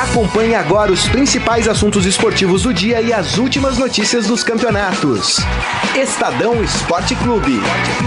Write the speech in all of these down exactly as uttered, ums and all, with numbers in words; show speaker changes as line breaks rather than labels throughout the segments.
Acompanhe agora os principais assuntos esportivos do dia e as últimas notícias dos campeonatos. Estadão Esporte Clube.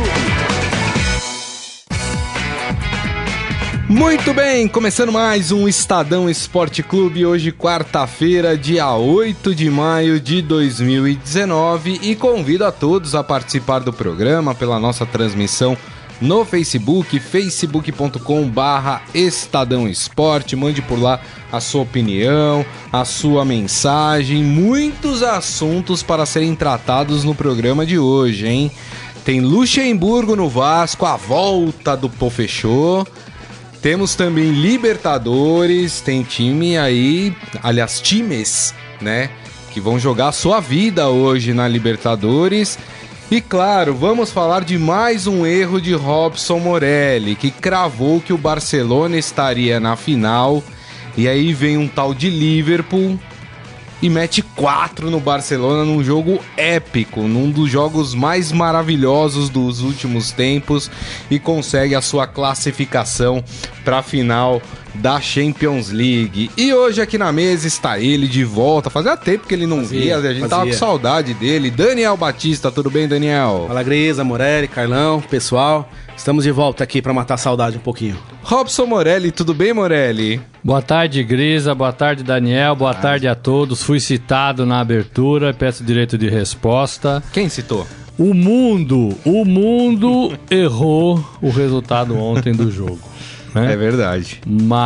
Muito bem, começando mais um Estadão Esporte Clube, hoje quarta-feira, dia oito de maio de dois mil e dezenove, e convido a todos a participar do programa pela nossa transmissão no Facebook, facebook ponto com barra Estadão Esporte. Mande por lá a sua opinião, a sua mensagem, muitos assuntos para serem tratados no programa de hoje, hein? Tem Luxemburgo no Vasco, a volta do Pô Fechou. Temos também Libertadores, tem time aí, aliás, times, né, que vão jogar a sua vida hoje na Libertadores. E claro, vamos falar de mais um erro de Robson Morelli, que cravou que o Barcelona estaria na final, e aí vem um tal de Liverpool e mete quatro no Barcelona num jogo épico, num dos jogos mais maravilhosos dos últimos tempos, e consegue a sua classificação para a final da Champions League. E hoje aqui na mesa está ele de volta. Fazia tempo que ele não
fazia,
via, a gente
fazia.
tava com saudade dele. Daniel Batista, tudo bem, Daniel?
Fala, Grisa, Morelli, Carlão, pessoal. Estamos de volta aqui para matar a saudade um pouquinho.
Robson Morelli, tudo bem, Morelli?
Boa tarde, Grisa. Boa tarde, Daniel. Boa ah. tarde a todos. Fui citado na abertura, peço direito de resposta.
Quem citou?
O mundo, o mundo errou o resultado ontem do jogo. Né?
É verdade.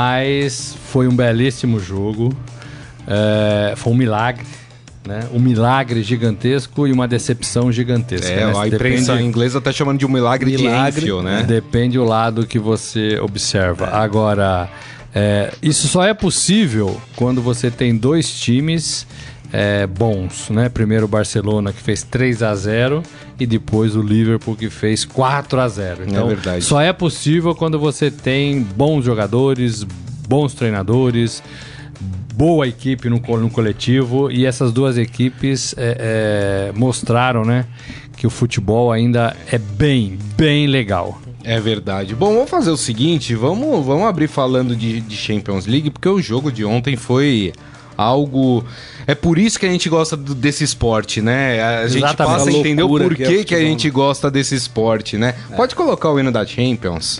Mas foi um belíssimo jogo. É, foi um milagre. Né? Um milagre gigantesco e uma decepção gigantesca.
É,
né?
a imprensa Depende... inglesa tá chamando de um milagre, milagre de Enfield, né?
Depende do lado que você observa. É. Agora, é, isso só é possível quando você tem dois times é, bons, né? Primeiro o Barcelona, que fez três a zero, e depois o Liverpool, que fez quatro a zero. Então,
é verdade.
Só é possível quando você tem bons jogadores, bons treinadores, boa equipe no, no coletivo, e essas duas equipes é, é, mostraram, né, que o futebol ainda é bem, bem legal.
É verdade. Bom, vamos fazer o seguinte, vamos, vamos abrir falando de, de Champions League, porque o jogo de ontem foi algo... É por isso que a gente gosta do, desse esporte, né? A
Exatamente.
gente passa a entender o porquê que, é
que
a gente gosta desse esporte, né? É. Pode colocar o hino da Champions.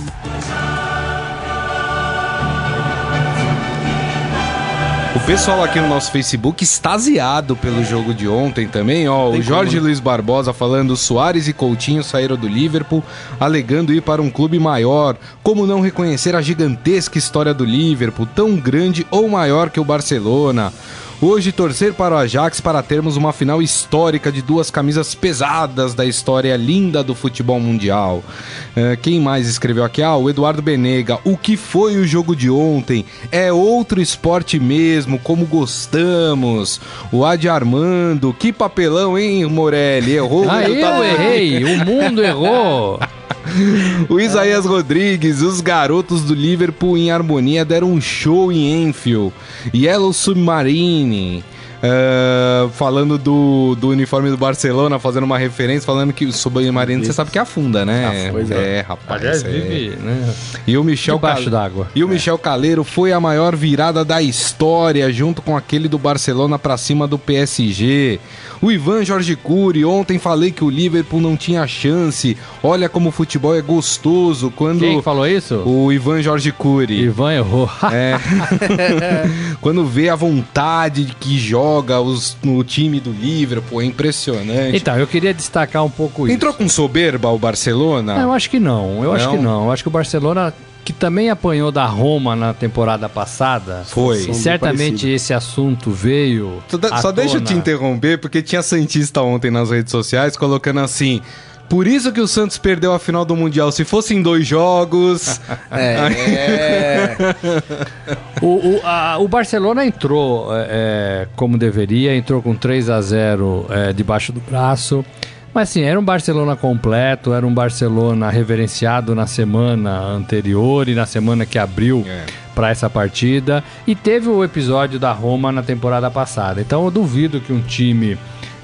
O pessoal aqui no nosso Facebook extasiado pelo jogo de ontem também, ó. Tem o Jorge como, né? Luiz Barbosa falando: Soares e Coutinho saíram do Liverpool alegando ir para um clube maior. Como não reconhecer a gigantesca história do Liverpool, tão grande ou maior que o Barcelona? Hoje torcer para o Ajax para termos uma final histórica de duas camisas pesadas da história linda do futebol mundial. Uh, quem mais escreveu aqui? Ah, o Eduardo Benega. O que foi o jogo de ontem? É outro esporte mesmo, como gostamos. O Adi Armando. Que papelão, hein, Morelli? Errou.
Ah, eu errei. O mundo errou.
O Isaías Rodrigues, os garotos do Liverpool em harmonia deram um show em Enfield. Yellow Submarine, uh, falando do, do uniforme do Barcelona, fazendo uma referência, falando que o Submarine, você sabe que afunda, né?
Ah, pois é.
é, rapaz.
Aliás,
é.
vive, né?
E o Michel
debaixo
Cal...
d'água.
E o
é.
Michel Caleiro foi a maior virada da história, junto com aquele do Barcelona pra cima do P S G. O Ivan Jorge Cury, ontem falei que o Liverpool não tinha chance. Olha como o futebol é gostoso. Quando
Quem falou isso?
O Ivan Jorge Cury.
Ivan errou.
É. Quando vê a vontade que joga os, no time do Liverpool, é impressionante.
Então, eu queria destacar um pouco isso.
Entrou com soberba o Barcelona?
Não, eu acho que não. Eu
não?
acho que não. Eu acho que o Barcelona, que também apanhou da Roma na temporada passada,
foi.
E certamente esse assunto veio
Só, só deixa eu te interromper, porque tinha santista ontem nas redes sociais colocando assim: por isso que o Santos perdeu a final do Mundial. Se fossem dois jogos...
é...
o, o, a, o Barcelona entrou é, como deveria, entrou com três a zero é, debaixo do braço. Mas assim, era um Barcelona completo, era um Barcelona reverenciado na semana anterior e na semana que abriu é. para essa partida. E teve o episódio da Roma na temporada passada. Então eu duvido que um time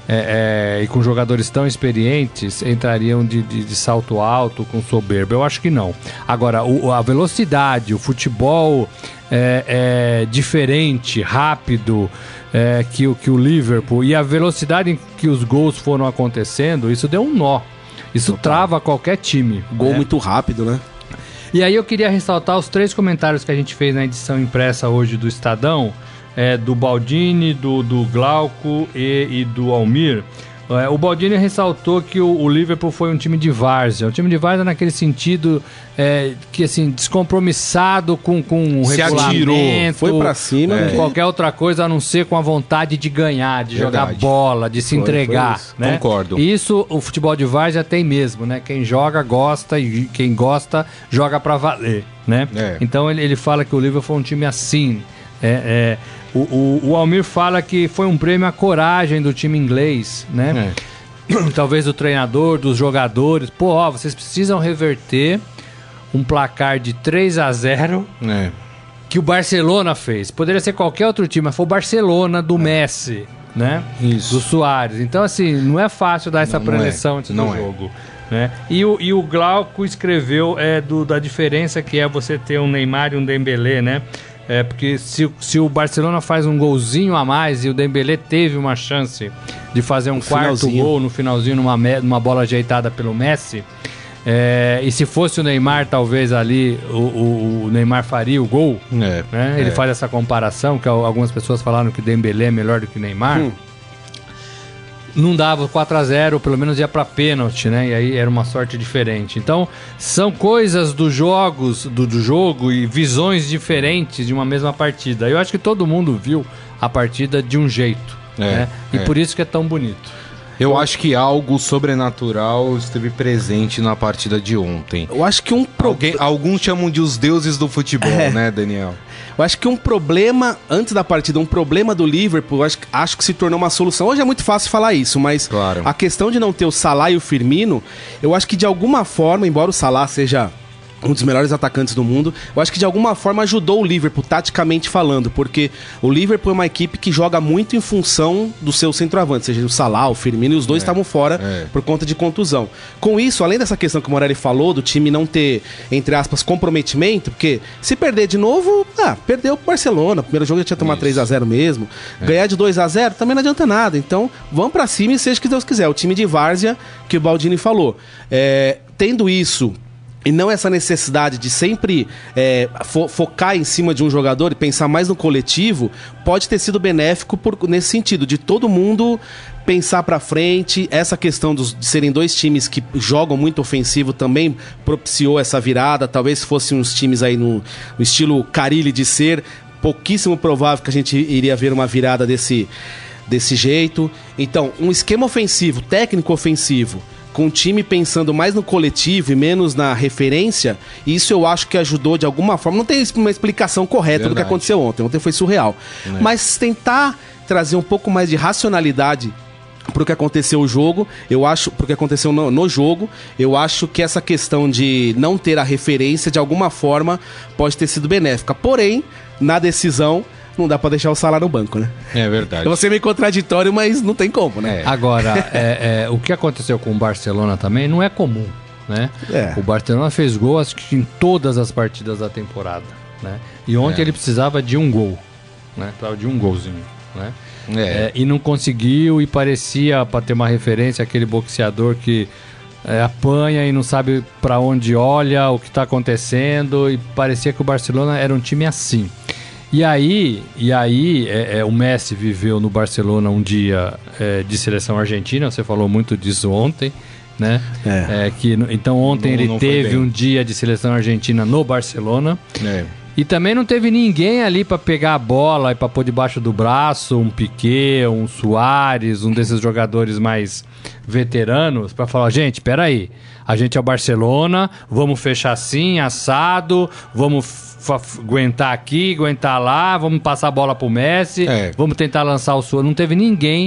é, é, e com jogadores tão experientes, entrariam de, de, de salto alto, com soberba. Eu acho que não. Agora, o, a velocidade, o futebol é, é diferente, rápido, é, que, que o Liverpool, e a velocidade em que os gols foram acontecendo, isso deu um nó. Isso Total. Trava qualquer time.
Gol
né?
muito rápido, né?
E aí eu queria ressaltar os três comentários que a gente fez na edição impressa hoje do Estadão, é, do Baldini, do, do Glauco e, e do Almir. É, o Baldini ressaltou que o, o Liverpool foi um time de várzea. Um time de várzea naquele sentido é, que, assim, descompromissado com, com o
Se
regulamento.
atirou, foi pra cima.
Com
É.
qualquer outra coisa a não ser com a vontade de ganhar, de
Verdade.
jogar bola, de se
Foi,
entregar.
foi
Né?
Concordo.
E isso o futebol de várzea tem mesmo, né? Quem joga, gosta, e quem gosta, joga pra valer, né?
É.
Então ele, ele fala que o Liverpool foi um time assim. É, é, o, o, o Almir fala que foi um prêmio à coragem do time inglês, né?
É.
Talvez do treinador, dos jogadores. Pô, ó, vocês precisam reverter um placar de três a zero
É.
que o Barcelona fez. Poderia ser qualquer outro time, mas foi o Barcelona do Messi, né?
Isso.
Do Suárez. Então, assim, não é fácil dar essa
Não, não
preleção
é.
antes
Não
do
é.
jogo. Né? E, o, e o Glauco escreveu é, do, da diferença que é você ter um Neymar e um Dembélé, né? É, porque se, se o Barcelona faz um golzinho a mais e o Dembélé teve uma chance de fazer um
No
quarto
finalzinho.
gol no finalzinho numa, me- numa bola ajeitada pelo Messi, é, e se fosse o Neymar, talvez ali o, o, o Neymar faria o gol,
É.
né? Ele
É.
faz essa comparação, que algumas pessoas falaram que o Dembélé é melhor do que o Neymar.
Hum.
Não dava quatro a zero, pelo menos ia pra pênalti, né? E aí era uma sorte diferente. Então, são coisas dos jogos, do, do jogo e visões diferentes de uma mesma partida. Eu acho que todo mundo viu a partida de um jeito,
É,
né? E
é.
por isso que é tão bonito.
Eu acho que algo sobrenatural esteve presente na partida de ontem.
Eu acho que um pro...
Alguém, alguns chamam de os deuses do futebol,
É.
né, Daniel?
Eu acho que um problema, antes da partida, um problema do Liverpool, eu acho, que- acho que se tornou uma solução. Hoje é muito fácil falar isso, mas
Claro.
a questão de não ter o Salah e o Firmino, eu acho que de alguma forma, embora o Salah seja um dos melhores atacantes do mundo, eu acho que de alguma forma ajudou o Liverpool, taticamente falando, porque o Liverpool é uma equipe que joga muito em função do seu centroavante, seja o Salah, o Firmino, e os dois estavam fora
é.
por conta de contusão. Com isso, além dessa questão que o Morelli falou, do time não ter, entre aspas, comprometimento, porque se perder de novo, ah, perdeu pro Barcelona, primeiro jogo já tinha tomado
Isso.
três a zero mesmo, ganhar de dois a zero também não adianta nada, então vamos pra cima e seja o que Deus quiser, o time de várzea que o Baldini falou. É, tendo isso e não essa necessidade de sempre é, fo- focar em cima de um jogador e pensar mais no coletivo, pode ter sido benéfico por- nesse sentido, de todo mundo pensar pra frente. Essa questão dos, de serem dois times que jogam muito ofensivo também propiciou essa virada. Talvez se fossem uns times aí no, no estilo Carille de ser, pouquíssimo provável que a gente iria ver uma virada desse, desse jeito. Então, um esquema ofensivo, técnico ofensivo, com o time pensando mais no coletivo e menos na referência, isso eu acho que ajudou de alguma forma. Não tem uma explicação correta do que
Verdade.
aconteceu ontem. Ontem foi surreal. Mas tentar trazer um pouco mais de racionalidade pro que aconteceu o jogo, eu acho, pro que aconteceu no, no jogo, eu acho que essa questão de não ter a referência, de alguma forma, pode ter sido benéfica. Porém, na decisão, não dá pra deixar o Salah no banco, né?
É verdade.
Eu vou ser meio contraditório, mas não tem como, né?
É.
Agora, é, é, o que aconteceu com o Barcelona também não é comum, né?
É.
O Barcelona fez gol acho que em todas as partidas da temporada, né? E ontem
É.
ele precisava de um gol, né? Precisava de um golzinho, né?
É.
É, e não conseguiu e parecia, para ter uma referência, aquele boxeador que é, apanha e não sabe para onde olha, o que está acontecendo, e parecia que o Barcelona era um time assim. E aí, e aí é, é, o Messi viveu no Barcelona um dia é, de seleção argentina, você falou muito disso ontem, né?
É.
É, que, então ontem
Não-
ele
não foi
teve
bem.
um dia de seleção argentina no Barcelona.
É.
E também não teve ninguém ali pra pegar a bola e pra pôr debaixo do braço, um Piqué, um Suárez, um desses jogadores mais veteranos, pra falar, gente, peraí, a gente é o Barcelona, vamos fechar assim, assado, vamos fa- aguentar aqui, aguentar lá, vamos passar a bola pro Messi,
É.
vamos tentar lançar o Suárez. Não teve ninguém, e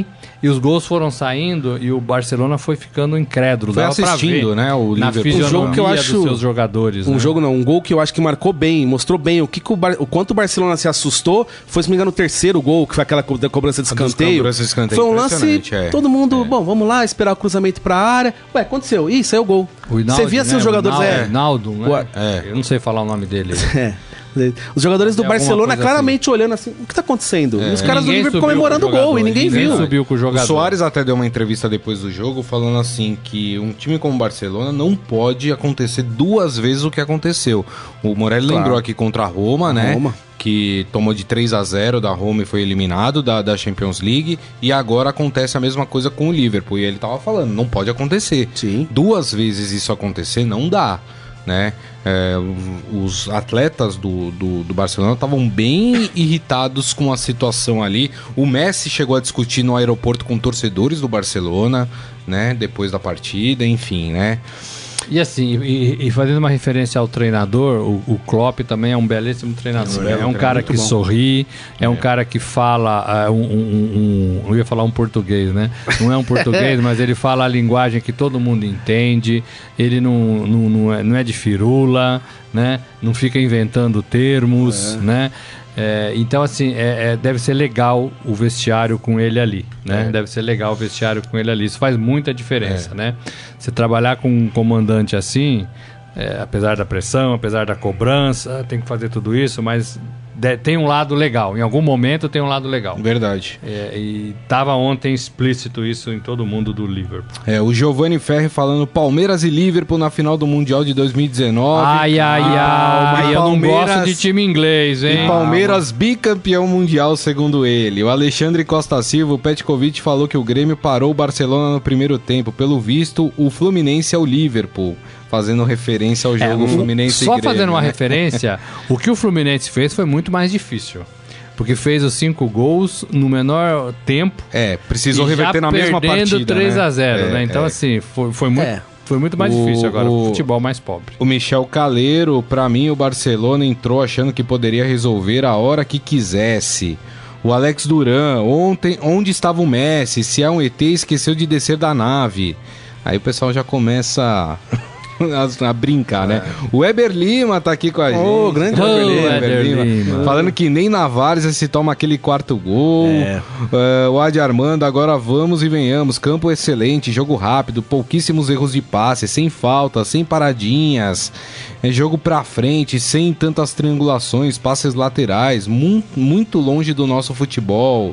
E os gols foram saindo e o Barcelona foi ficando incrédulo.
Foi
Dava pra
assistindo,
ver
né, o
na
Liverpool.
fisionomia
Um jogo que eu acho-
dos seus jogadores.
Um
né?
jogo não, um gol que eu acho que marcou bem, mostrou bem o que, que o, Bar... o quanto o Barcelona se assustou. Foi, se não me engano, o terceiro gol, que foi aquela co- da cobrança de
A dos
escanteio.
cobranças de escanteio,
Foi um lance,
impressionante, é.
todo mundo,
É.
bom, vamos lá, esperar o cruzamento pra área. Ué, aconteceu, ih, saiu o gol.
O Hinaldo,
Você via assim
né?
os jogadores,
o
é,
Hinaldo, né?
O-
é.
Eu não sei falar o nome dele.
é. Os jogadores do
É alguma
Barcelona
coisa
claramente olhando assim, o que tá acontecendo? E os caras do
Ninguém
Liverpool
subiu
comemorando
com
o gol
jogador,
e ninguém viu.
subiu com o jogador.
O Soares até deu uma entrevista depois do jogo falando assim que um time como o Barcelona não pode acontecer duas vezes o que aconteceu. O Morelli
Claro.
lembrou aqui contra a Roma,
A
né?
Roma.
Que tomou de três a zero da Roma e foi eliminado da, da Champions League. E agora acontece a mesma coisa com o Liverpool. E ele tava falando, não pode acontecer.
Sim.
Duas vezes isso acontecer não dá, né? É, os atletas do, do, do Barcelona estavam bem irritados com a situação ali. O Messi chegou a discutir no aeroporto com torcedores do Barcelona, né? Depois da partida, enfim, né?
E assim, e, e fazendo uma referência ao treinador, o, o Klopp também é um belíssimo treinador.
Sim,
é um
é
cara
muito
que
bom.
sorri, é, um cara que fala uh, um, um, um, eu ia falar um português, né? Não é um português, mas ele fala a linguagem que todo mundo entende, ele não, não, não, é, não é de firula, né? Não fica inventando termos,
É.
né? É, então, assim, é, é, deve ser legal o vestiário com ele ali, né?
É.
Deve ser legal o vestiário com ele ali. Isso faz muita diferença,
É.
né? Você trabalhar com um comandante assim, é, apesar da pressão, apesar da cobrança, tem que fazer tudo isso, mas de- tem um lado legal. Em algum momento tem um lado legal.
Verdade.
É, e tava ontem explícito isso em todo mundo do Liverpool.
É, o Giovanni Ferri falando Palmeiras e Liverpool na final do Mundial de dois mil e dezenove.
Ai, ai,
Ah,
ai,
e
eu não
Palmeiras-
gosto de time inglês, hein?
E Palmeiras bicampeão mundial, segundo ele. O Alexandre Costa Silva, o Petkovic, falou que o Grêmio parou o Barcelona no primeiro tempo. Pelo visto, o Fluminense é o Liverpool. Fazendo referência ao jogo
É,
Fluminense
só
e Grêmio.
fazendo uma
né?
referência, o que o Fluminense fez foi muito mais difícil. Porque fez os cinco gols no menor tempo.
É, precisou
e já
reverter na mesma
perdendo
partida.
três
né?
a zero,
É,
né? Então,
é.
assim, foi, foi, muito,
É.
foi muito mais
O-
difícil agora.
o-
O futebol mais pobre.
O Michel Caleiro, pra mim, o Barcelona entrou achando que poderia resolver a hora que quisesse. O Alex Duran, ontem, onde estava o Messi? Se é um E T, esqueceu de descer da nave. Aí o pessoal já começa a, a brincar, né? O Weber Lima tá aqui com a gente.
Ô, grande
Ô,
Weber Lima.
Weber Lima.
Falando que nem na Várzea se toma aquele quarto gol.
É.
É, o Adi Armando, agora vamos e venhamos. Campo excelente, jogo rápido, pouquíssimos erros de passe, sem falta, sem paradinhas. É jogo pra frente, sem tantas triangulações, passes laterais, mu- muito longe do nosso futebol.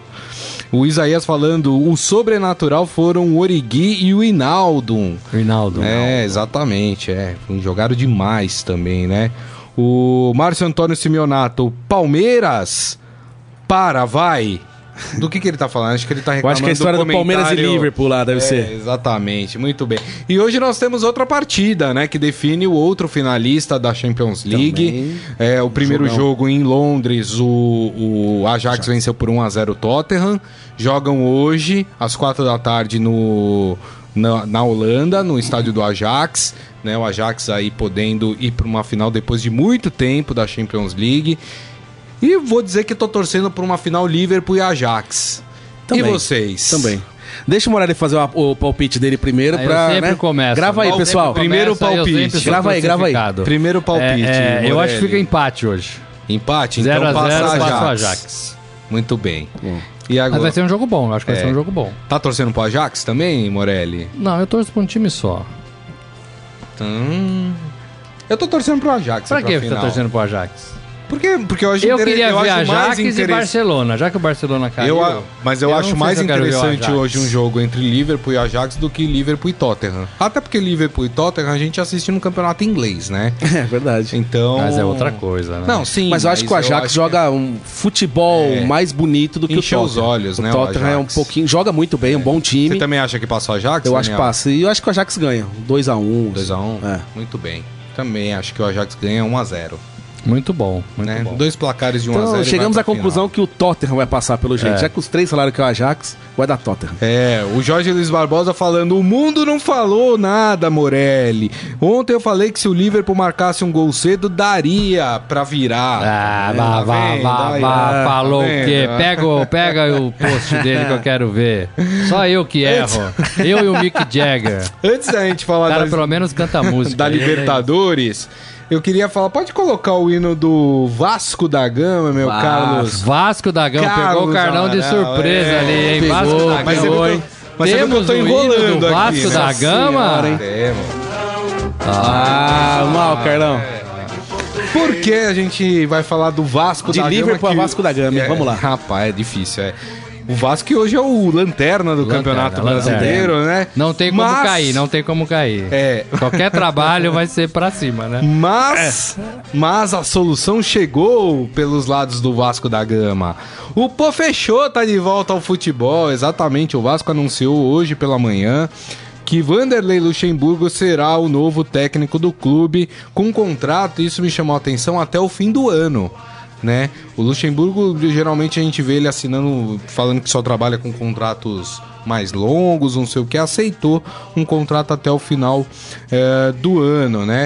O Isaías falando, o sobrenatural foram o Origi e o Hinaldo.
Rinaldo.
É, exatamente, é. Jogaram demais também, né? O Márcio Antônio Simeonato, Palmeiras, para, vai. Do que que ele tá falando? Acho que ele tá
Eu
reclamando
acho que é a história do, Palmeiras e
comentário-
Liverpool lá, deve
É,
ser.
exatamente, muito bem. E hoje nós temos outra partida, né? Que define o outro finalista da Champions League.
Também.
É, o primeiro
Jogão.
jogo em Londres, o, o Ajax venceu por um a zero o Tottenham. Jogam hoje, às quatro da tarde, no, na, na Holanda, no estádio do Ajax. Né, o Ajax aí podendo ir para uma final depois de muito tempo da Champions League. E vou dizer que tô torcendo por uma final Liverpool e Ajax.
Também.
E vocês?
Também. Deixa o Morelli fazer o, o palpite dele primeiro
Aí
pra.
eu sempre
né?
começo.
Grava aí,
Qual
pessoal.
sempre Primeiro
Começa, aí eu
palpite.
sempre sou
Grava aí, grava aí.
crucificado.
Primeiro palpite.
É, é, eu acho que
Morelli.
fica empate hoje.
Empate? Então
zero a
passa
zero,
Ajax.
passa o Ajax.
Muito bem.
Bom.
E
Mas
agora?
vai ser um jogo bom, eu acho que vai
É.
ser um jogo bom.
Tá torcendo pro Ajax também, Morelli?
Não, eu torço pra um time só.
Hum... Eu tô torcendo pro Ajax.
Pra que você
final.
tá torcendo pro Ajax?
Porque, porque eu acho
Eu
inter-
queria
eu
ver
acho mais
Ajax e
interess-
Barcelona, já que o Barcelona caiu.
Eu, a- mas eu,
eu
acho
não sei
mais
se eu quero ver o
interessante
Ajax.
hoje um jogo entre Liverpool e Ajax do que Liverpool e Tottenham. Até porque Liverpool e Tottenham a gente assiste no campeonato inglês, né?
É verdade.
Então...
Mas é outra coisa, né?
Não, sim.
Mas eu acho que o Ajax
acho
joga um futebol
É.
mais bonito do que
Encheu
o
os
Tottenham.
olhos, né,
O
o
Tottenham é um
Ajax.
pouquinho. Joga muito bem, um bom
que...
time.
Você também acha que passa o Ajax?
Eu acho que
Daniel?
passa. E eu acho que o Ajax ganha. dois a um
dois a um?
É.
Muito bem. Também acho que o Ajax ganha um a zero.
Muito bom, muito
né?
bom.
Dois placares de um a zero.
Então, chegamos
e
à
vai pra
conclusão
final.
que o Tottenham vai passar pelo jeito.
É.
Já que os três falaram que é o Ajax, vai dar Tottenham.
É, o Jorge Luiz Barbosa falando, o mundo não falou nada, Morelli. Ontem eu falei que se o Liverpool marcasse um gol cedo, daria pra virar.
Ah,
É,
vá,
tá
vá,
vendo?
vá,
Aí,
vá,
tá
falou o
vendo?
quê? Pega, o- pega o post dele que eu quero ver. Só eu que erro. Eu e o Mick Jagger.
Antes da gente falar
O cara
das-
pelo menos canta música.
da
Ele-
Libertadores, eu queria falar, pode colocar o hino do Vasco da Gama, meu
Vasco.
Carlos?
Vasco da Gama pegou
Carlos
o Carlão de
Amaral,
surpresa
é,
ali, hein?
pegou,
Vasco da
mas você
Gama.
viu que eu- mas você viu que eu
Temos
tô
o hino
enrolando
do
aqui,
Vasco
né?
da
Nossa
Gama.
senhora, hein?
Temos.
Ah, mal, Carlão.
Por que a gente vai falar do Vasco
De
da Gama?
Liverpool a
que-
Vasco da Gama, hein?
É,
Vamos lá.
Rapaz, é difícil, é. O Vasco que hoje é o lanterna do
Lanterna,
Campeonato
lanterna.
Brasileiro, né?
Não tem como
Mas-
cair, não tem como cair.
É.
Qualquer trabalho vai ser pra cima, né?
Mas, mas a solução chegou pelos lados do Vasco da Gama. O Pô Fechou tá de volta ao futebol, exatamente. O Vasco anunciou hoje pela manhã que Vanderlei Luxemburgo será o novo técnico do clube com um contrato, isso me chamou a atenção, até o fim do ano. Né? O Luxemburgo, geralmente a gente vê ele assinando, falando que só trabalha com contratos mais longos, não sei o que, aceitou um contrato até o final é, do ano, né?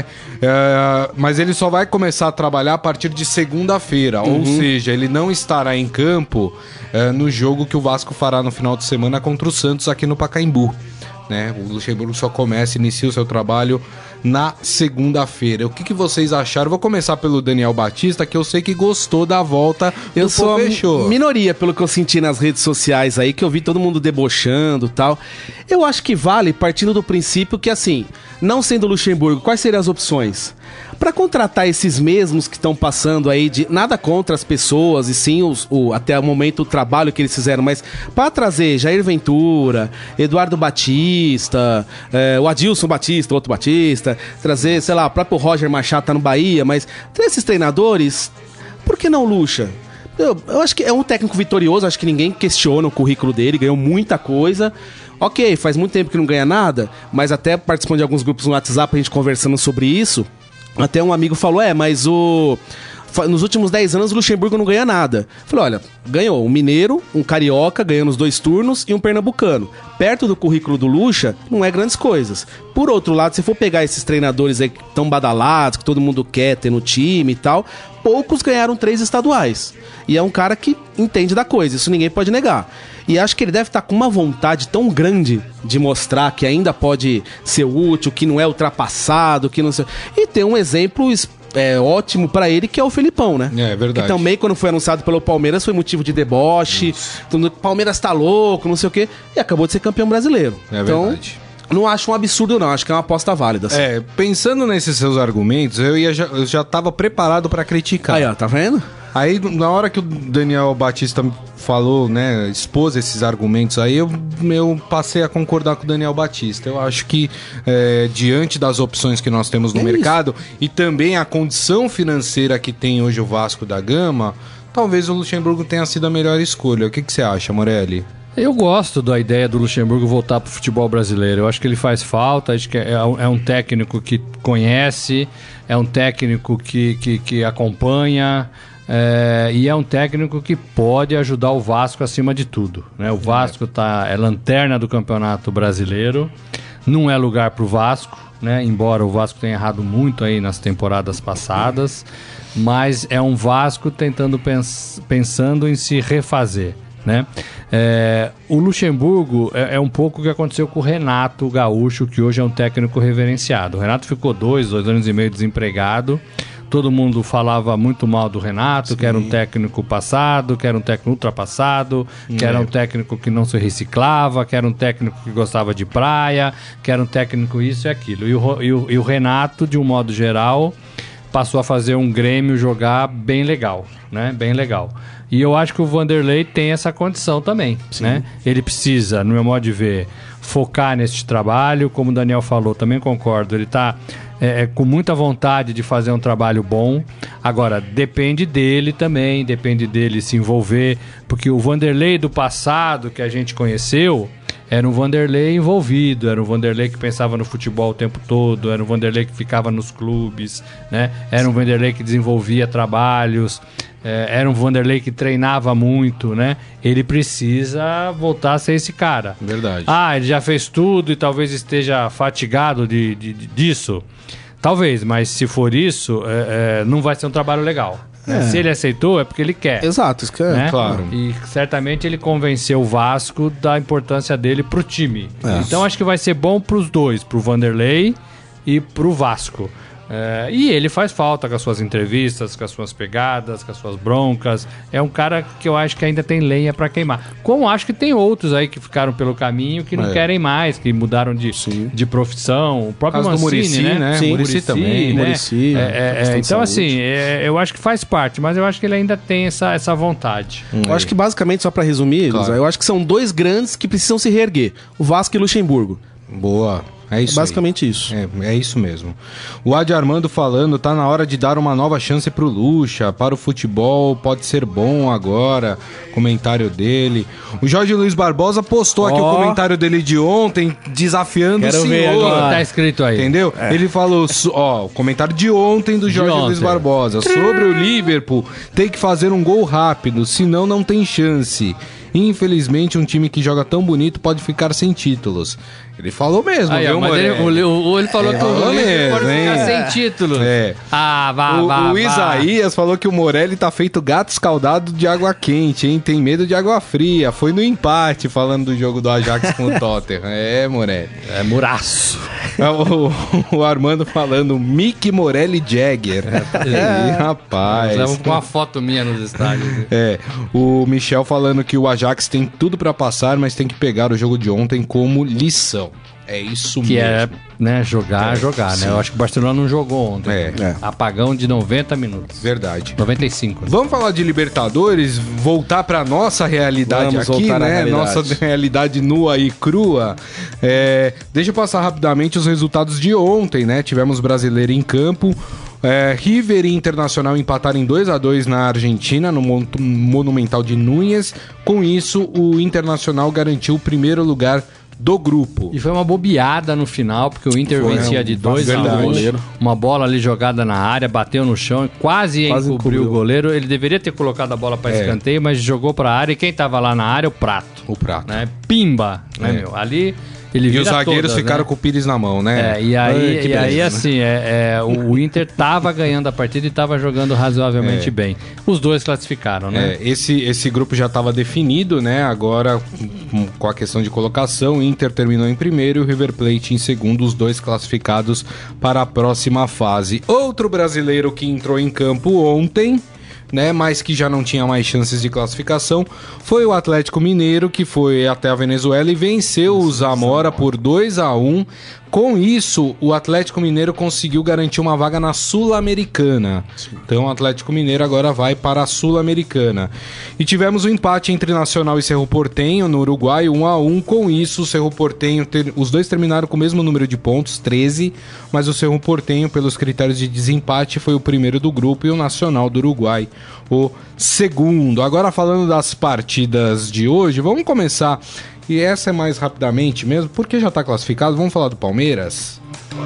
É, mas ele só vai começar a trabalhar a partir de segunda-feira, ou seja, ele não estará em campo é, no jogo que o Vasco fará no final de semana contra o Santos aqui no Pacaembu. Né? O Luxemburgo só começa, inicia o seu trabalho na segunda-feira. O que, que vocês acharam? Vou começar pelo Daniel Batista, que eu sei que gostou da volta do
Eu sou
Pô
a
Fechou.
minoria, pelo que eu senti nas redes sociais aí, que eu vi todo mundo debochando e tal. Eu acho que vale partindo do princípio que, assim, não sendo Luxemburgo, quais seriam as opções? Para contratar esses mesmos que estão passando aí de nada contra as pessoas e sim os, o, até o momento o trabalho que eles fizeram, mas para trazer Jair Ventura, Eduardo Batista, é, o Adilson Batista, outro Batista, trazer, sei lá, o próprio Roger Machado tá no Bahia, mas ter esses treinadores, por que não Luxa? Eu, eu acho que é um técnico vitorioso, acho que ninguém questiona o currículo dele, ganhou muita coisa. Ok, faz muito tempo que não ganha nada, mas até participando de alguns grupos no WhatsApp, a gente conversando sobre isso, até um amigo falou, é, mas o... nos últimos dez anos o Luxemburgo não ganha nada. Falei, olha, ganhou um mineiro, um carioca, ganhando os dois turnos, e um pernambucano. Perto do currículo do Luxa, não é grandes coisas. Por outro lado, se for pegar esses treinadores aí que tão badalados, que todo mundo quer ter no time e tal, poucos ganharam três estaduais. E é um cara que entende da coisa, isso ninguém pode negar. E acho que ele deve estar com uma vontade tão grande de mostrar que ainda pode ser útil, que não é ultrapassado, que não sei... E tem um exemplo é, ótimo pra ele, que é o Felipão, né?
É, verdade.
Que também, quando foi anunciado pelo Palmeiras, foi motivo de deboche. O Palmeiras tá louco, não sei o quê. E acabou de ser campeão brasileiro.
É
então,
verdade.
não acho um absurdo, não. Acho que é uma aposta válida. Assim.
É, pensando nesses seus argumentos, eu, ia já, eu já tava preparado pra criticar.
Aí, ó, tá vendo?
Aí, na hora que o Daniel Batista falou, né, expôs esses argumentos aí, eu, eu passei a concordar com o Daniel Batista. Eu acho que, é, diante das opções que nós temos no
É
mercado e também a condição financeira que tem hoje o Vasco da Gama, talvez o Luxemburgo tenha sido a melhor escolha. O que, que você acha, Morelli?
Eu gosto da ideia do Luxemburgo voltar pro futebol brasileiro. Eu acho que ele faz falta, acho que é um, é um técnico que conhece, é um técnico que, que, que acompanha... É, e é um técnico que pode ajudar o Vasco acima de tudo, né? O Vasco tá, é lanterna do Campeonato Brasileiro, não é lugar pro Vasco, né? Embora o Vasco tenha errado muito aí nas temporadas passadas, mas é um Vasco tentando pens- pensando em se refazer, né? É, o Luxemburgo é, é um pouco o que aconteceu com o Renato Gaúcho, que hoje é um técnico reverenciado. O Renato ficou dois, dois anos e meio desempregado. Todo mundo falava muito mal do Renato, Sim. que era um técnico passado, que era um técnico ultrapassado, que é. era um técnico que não se reciclava, que era um técnico que gostava de praia, que era um técnico isso e aquilo. E o, e o, e o Renato, de um modo geral, passou a fazer um Grêmio jogar bem legal, né? Bem legal. E eu acho que o Vanderlei tem essa condição também, Sim. né? Ele precisa, no meu modo de ver, focar neste trabalho, como o Daniel falou, também concordo, ele está é, é, com muita vontade de fazer um trabalho bom. Agora, depende dele também, depende dele se envolver, porque o Vanderlei do passado que a gente conheceu Era um Vanderlei envolvido, era um Vanderlei que pensava no futebol o tempo todo, era um Vanderlei que ficava nos clubes, né? Era um Vanderlei que desenvolvia trabalhos, é, era um Vanderlei que treinava muito, né? Ele precisa voltar a ser esse cara.
Verdade.
Ah, ele já fez tudo e talvez esteja fatigado de, de, de- disso. Talvez, mas se for isso, é, é, não vai ser um trabalho legal. Né?
É.
Se ele aceitou, é porque ele quer.
Exato, isso que é.
Né?
claro.
E certamente ele convenceu o Vasco da importância dele pro time.
É.
Então acho que vai ser bom pros dois, pro Vanderlei e pro Vasco. É, e ele faz falta com as suas entrevistas, com as suas pegadas, com as suas broncas. É um cara que eu acho que ainda tem lenha pra queimar. Como acho que tem outros aí que ficaram pelo caminho que não
É.
querem mais, que mudaram de, de profissão. O próprio
Caso do
Mancini,
Muricy,
né?
né?
Sim.
Muricy também.
né?
Muricy,
É, é, é,
questão de
então,
saúde.
assim, é, eu acho que faz parte, mas eu acho que ele ainda tem essa, essa vontade.
Eu acho que basicamente, só pra resumir,
Claro.
eu acho que são dois grandes que precisam se reerguer: o Vasco e o Luxemburgo.
Boa. É isso.
É basicamente isso.
É, é isso mesmo. O Adi Armando falando, tá na hora de dar uma nova chance pro Lucha, para o futebol, pode ser bom agora. Comentário dele. O Jorge Luiz Barbosa postou aqui
Ó.
o comentário dele de ontem, desafiando
Quero
o senhor.
ver
O que
agora.
tá escrito aí?
Entendeu? Ele falou, su- ó, o comentário de ontem do Jorge Luiz
ontem.
Barbosa. Sobre o Liverpool, tem que fazer um gol rápido, senão não tem chance. Infelizmente, um time que joga tão bonito pode ficar sem títulos. Ele falou mesmo,
Aí, ó,
viu,
mas ele,
Morelli?
o, o- ele falou
É,
que o
falou
Liverpool pode
mesmo,
ficar
hein?
sem títulos.
É.
Ah, vá,
O,
vá,
o
vá.
Isaías falou que o Morelli tá feito gato escaldado de água quente, hein? Tem medo de água fria. Foi no empate, falando do jogo do Ajax com o Tottenham. É, Morelli.
É muraço.
O, o Armando falando Mick Morelli Jagger. Ih, rapaz.
Nós vamos com uma foto minha nos estádios. né?
É, o Michel falando que o Ajax tem tudo pra passar, mas tem que pegar o jogo de ontem como lição. É isso
Que
mesmo.
é, né, jogar,
É,
jogar,
sim.
né? Eu acho que o Barcelona não jogou ontem.
É.
É.
Apagão de noventa minutos.
Verdade.
noventa e cinco. né?
Vamos falar de Libertadores, voltar pra nossa realidade
Vamos
aqui,
voltar à
né?
realidade.
Nossa realidade nua e crua. É, deixa eu passar rapidamente os resultados de ontem, né? Tivemos brasileiro em campo. É, River e Internacional empataram em dois a dois na Argentina, no Mon- Monumental de Núñez. Com isso, o Internacional garantiu o primeiro lugar do grupo.
E foi uma bobeada no final, porque o Inter
Foi,
vencia
é,
de dois a
verdade.
um. Uma bola ali jogada na área, bateu no chão e quase,
Quase
encobriu
encobriu.
o goleiro. Ele deveria ter colocado a bola para
É.
escanteio, mas jogou para a área e quem tava lá na área, o Prato.
O prato.
Né? Pimba, né,
É.
meu? Ali ele
E
vira
os zagueiros
todas,
ficaram
né?
com o Pires na mão, né?
É, e aí,
Ai, que
e aí
beleza, né?
assim, é, é, o o Inter tava ganhando a partida e tava jogando razoavelmente
É.
bem. Os dois classificaram, né?
É, esse, esse grupo já estava definido, né? Agora, com- com a questão de colocação, o Inter terminou em primeiro e o River Plate em segundo, os dois classificados para a próxima fase. Outro brasileiro que entrou em campo ontem, né, mas que já não tinha mais chances de classificação, foi o Atlético Mineiro, que foi até a Venezuela e venceu o Zamora por dois a um. Com isso, o Atlético Mineiro conseguiu garantir uma vaga na Sul-Americana. Então, o Atlético Mineiro agora vai para a Sul-Americana. E tivemos um empate entre Nacional e Cerro Porteño no Uruguai, um a um. Com isso, o Cerro Porteño, ter- os dois terminaram com o mesmo número de pontos, treze, mas o Cerro Porteño, pelos critérios de desempate, foi o primeiro do grupo e o Nacional do Uruguai o segundo. Agora, falando das partidas de hoje, vamos começar. E essa é mais rapidamente mesmo, porque já está classificado. Vamos falar do Palmeiras?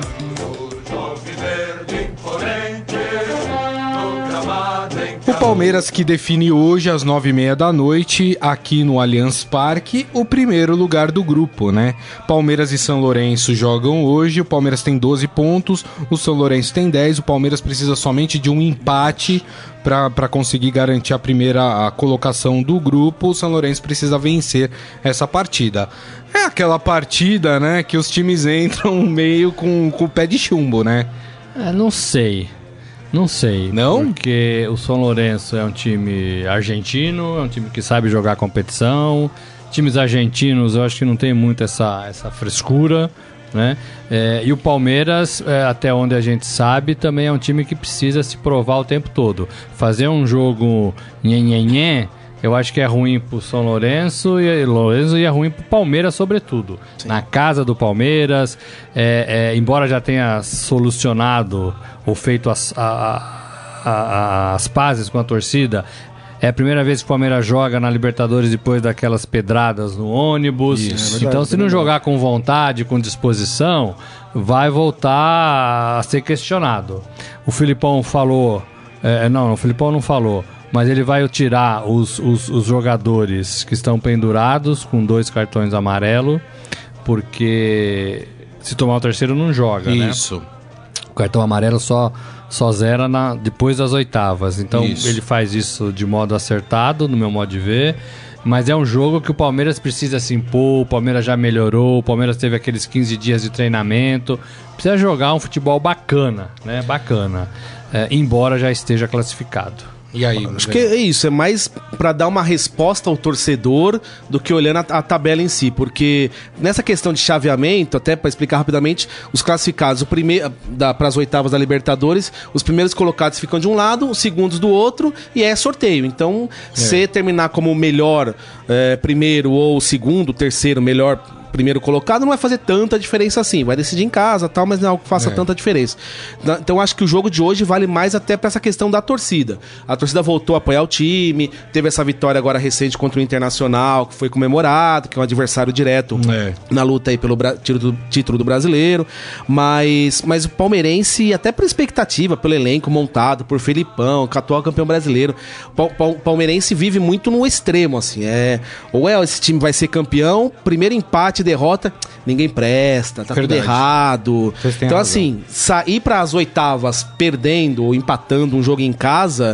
O Palmeiras que define hoje às nove e meia da noite aqui no Allianz Parque o primeiro lugar do grupo, né? Palmeiras e São Lourenço jogam hoje, o Palmeiras tem doze pontos, o São Lourenço tem dez, o Palmeiras precisa somente de um empate para conseguir garantir a primeira a colocação do grupo. O São Lourenço precisa vencer essa partida. É aquela partida, né, que os times entram meio com, com o pé de chumbo, né?
É, não sei. Não sei.
Não?
Porque o São Lourenço é um time argentino, é um time que sabe jogar competição. Times argentinos eu acho que não tem muito essa, essa frescura, né? É, e o Palmeiras, é, até onde a gente sabe, também é um time que precisa se provar o tempo todo. Fazer um jogo nhenhenhé, eu acho que é ruim pro São Lourenço e, Lourenço e é ruim pro Palmeiras, sobretudo. Sim. Na casa do Palmeiras, é, é, embora já tenha solucionado ou feito as, a, a, a, as pazes com a torcida, É a primeira vez que o Palmeiras joga na Libertadores depois daquelas pedradas no ônibus. Isso, é verdade, então, se não jogar com vontade, com disposição, vai voltar a ser questionado. O Filipão falou... É, não, o Filipão não falou, mas ele vai tirar os, os, os jogadores que estão pendurados com dois cartões amarelos, porque se tomar o terceiro não joga, né?
Isso.
O cartão amarelo só, só zera na, depois das oitavas. Então
isso.
Ele faz isso de modo acertado, no meu modo de ver. Mas é um jogo que o Palmeiras precisa se impor, o Palmeiras já melhorou, o Palmeiras teve aqueles quinze dias de treinamento. Precisa jogar um futebol bacana, né? Bacana. É, embora já esteja classificado.
E aí,
acho que é isso, é mais pra dar uma resposta ao torcedor do que olhando a, a tabela em si, porque nessa questão de chaveamento, até pra explicar rapidamente, os classificados, o primeiro para as oitavas da Libertadores, os primeiros colocados ficam de um lado, os segundos do outro, e é sorteio. Então, é. se terminar como o melhor é, primeiro ou segundo, terceiro, melhor primeiro colocado, não vai fazer tanta diferença assim. Vai decidir em casa e tal, mas não é algo que faça é. tanta diferença. Então acho que o jogo de hoje vale mais até pra essa questão da torcida. A torcida voltou a apoiar o time, teve essa vitória agora recente contra o Internacional, que foi comemorado, que é um adversário direto é. na luta aí pelo bra- título, título do brasileiro. Mas, mas o palmeirense, até por expectativa, pelo elenco montado, por Felipão, que atual campeão brasileiro, o palmeirense vive muito no extremo, assim. É, ou é esse time vai ser campeão, primeiro empate, derrota, ninguém presta, tá Verdade. tudo errado. Então, razão. assim, sair para as oitavas perdendo ou empatando um jogo em casa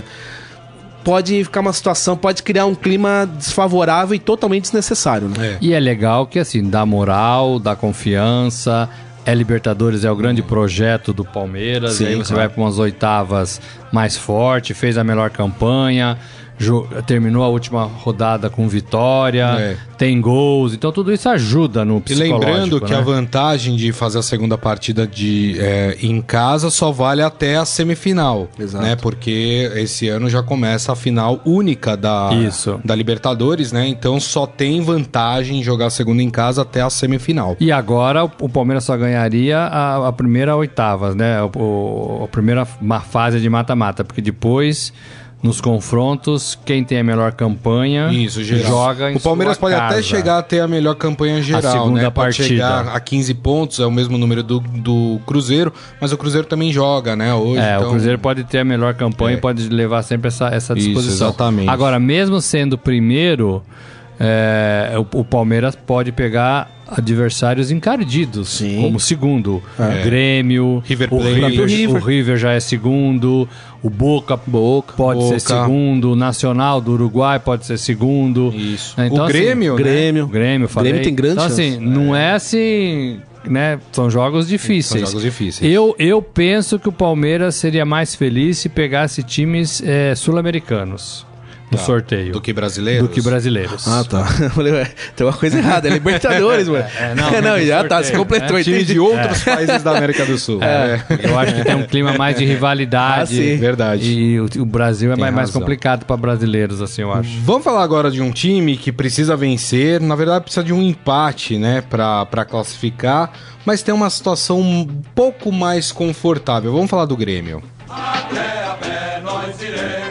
pode ficar uma situação, pode criar um clima desfavorável e totalmente desnecessário, né?
É. E é legal que, assim, dá moral, dá confiança. É Libertadores, é o grande projeto do Palmeiras. Sim, e aí você claro. vai para umas oitavas mais forte, fez a melhor campanha. Terminou a última rodada com vitória, é. tem gols, então tudo isso ajuda no psicológico.
E lembrando que
né?
a vantagem de fazer a segunda partida de, é, em casa só vale até a semifinal, Exato. né? Porque esse ano já começa a final única da, da Libertadores, né? Então só tem vantagem jogar a segunda em casa até a semifinal.
E agora o, o Palmeiras só ganharia a, a primeira oitavas, né? O, o, a primeira fase de mata-mata, porque depois... Nos confrontos, quem tem a melhor campanha
Isso,
joga em
O Palmeiras
sua
pode
casa.
até chegar a ter a melhor campanha geral,
a segunda
né? Pode
partida.
chegar a quinze pontos, é o mesmo número do, do Cruzeiro, mas o Cruzeiro também joga, né? Hoje,
é,
então...
o Cruzeiro pode ter a melhor campanha e
é.
pode levar sempre essa, essa disposição.
Isso, exatamente.
Agora, mesmo sendo primeiro, é, o, o Palmeiras pode pegar adversários encardidos, Sim. como segundo.
É.
O Grêmio,
River
o,
Plate,
River,
o River.
o River já é segundo, o Boca, Boca pode
Boca.
ser segundo, o Nacional do Uruguai pode ser segundo.
Isso.
Então,
o Grêmio,
assim,
né?
Grêmio, o Grêmio, falei.
Grêmio tem grande
Então,
chance.
assim, não é assim... Né? São jogos difíceis.
São jogos difíceis.
Eu, eu penso que o Palmeiras seria mais feliz se pegasse times é, sul-americanos no
tá.
sorteio.
Do que brasileiros?
Do que brasileiros.
Ah, tá. Tem uma coisa errada, é Libertadores, mano.
É, não,
é, não já tá, se completou.
É,
time de outros é. países da América do Sul.
É. É. Eu acho que tem um clima mais de rivalidade.
Ah, sim.
Verdade.
E o, o Brasil é mais, mais
razão.
complicado para brasileiros, assim, eu acho.
Vamos falar agora de um time que precisa vencer. Na verdade, precisa de um empate, né, pra, pra classificar. Mas tem uma situação um pouco mais confortável. Vamos falar do Grêmio. Até a pé nós iremos.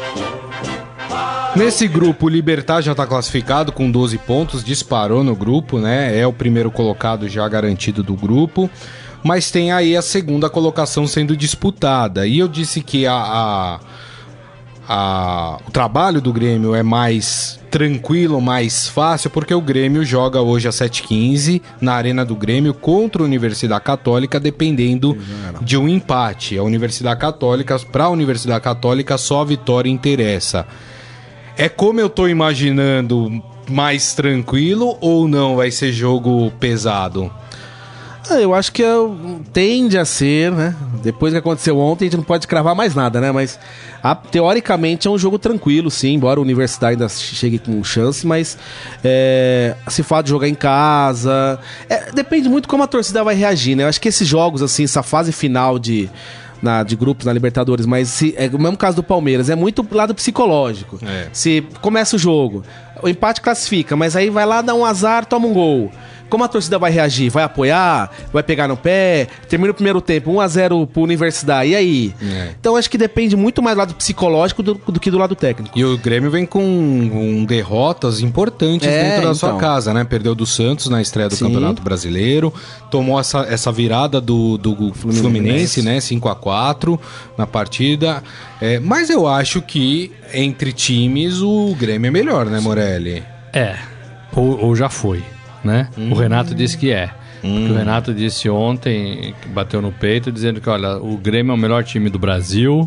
Nesse grupo, o Libertad já está classificado com doze pontos, disparou no grupo, né? É o primeiro colocado já garantido do grupo. Mas tem aí a segunda colocação sendo disputada. E eu disse que a, a, a, o trabalho do Grêmio é mais tranquilo, mais fácil, porque o Grêmio joga hoje às sete e quinze na Arena do Grêmio contra a Universidade Católica, dependendo de um empate. A Universidade Católica, para a Universidade Católica, só a vitória interessa. É como eu tô imaginando, mais tranquilo ou não vai ser jogo pesado?
Ah, eu acho que eu, tende a ser, né? Depois que aconteceu ontem, a gente não pode cravar mais nada, né? Mas a, teoricamente é um jogo tranquilo, sim, embora a Universidade ainda chegue com chance, mas é, se fala de jogar em casa. É, depende muito como a torcida vai reagir, né? Eu acho que esses jogos, assim, essa fase final de. Na, de grupos na Libertadores, mas se, é o mesmo caso do Palmeiras, é muito lado psicológico. É. Se começa o jogo, o empate classifica, mas aí vai lá, dá um azar, toma um gol. como a torcida vai reagir? Vai apoiar? Vai pegar no pé? Termina o primeiro tempo, um a zero pro Universidade, e aí? É. Então acho que depende muito mais do lado psicológico do, do que do lado técnico.
E o Grêmio vem com, com derrotas importantes é, dentro da então. sua casa, né? Perdeu do Santos na estreia do Sim. Campeonato Brasileiro, tomou essa, essa virada do, do Fluminense, Fluminense, né? cinco a quatro na partida. É, mas eu acho que entre times o Grêmio é melhor, né, Morelli?
É, ou, ou já foi, né? Hum. O Renato disse que é. Hum. Porque o Renato disse ontem, bateu no peito, dizendo que, olha, o Grêmio é o melhor time do Brasil,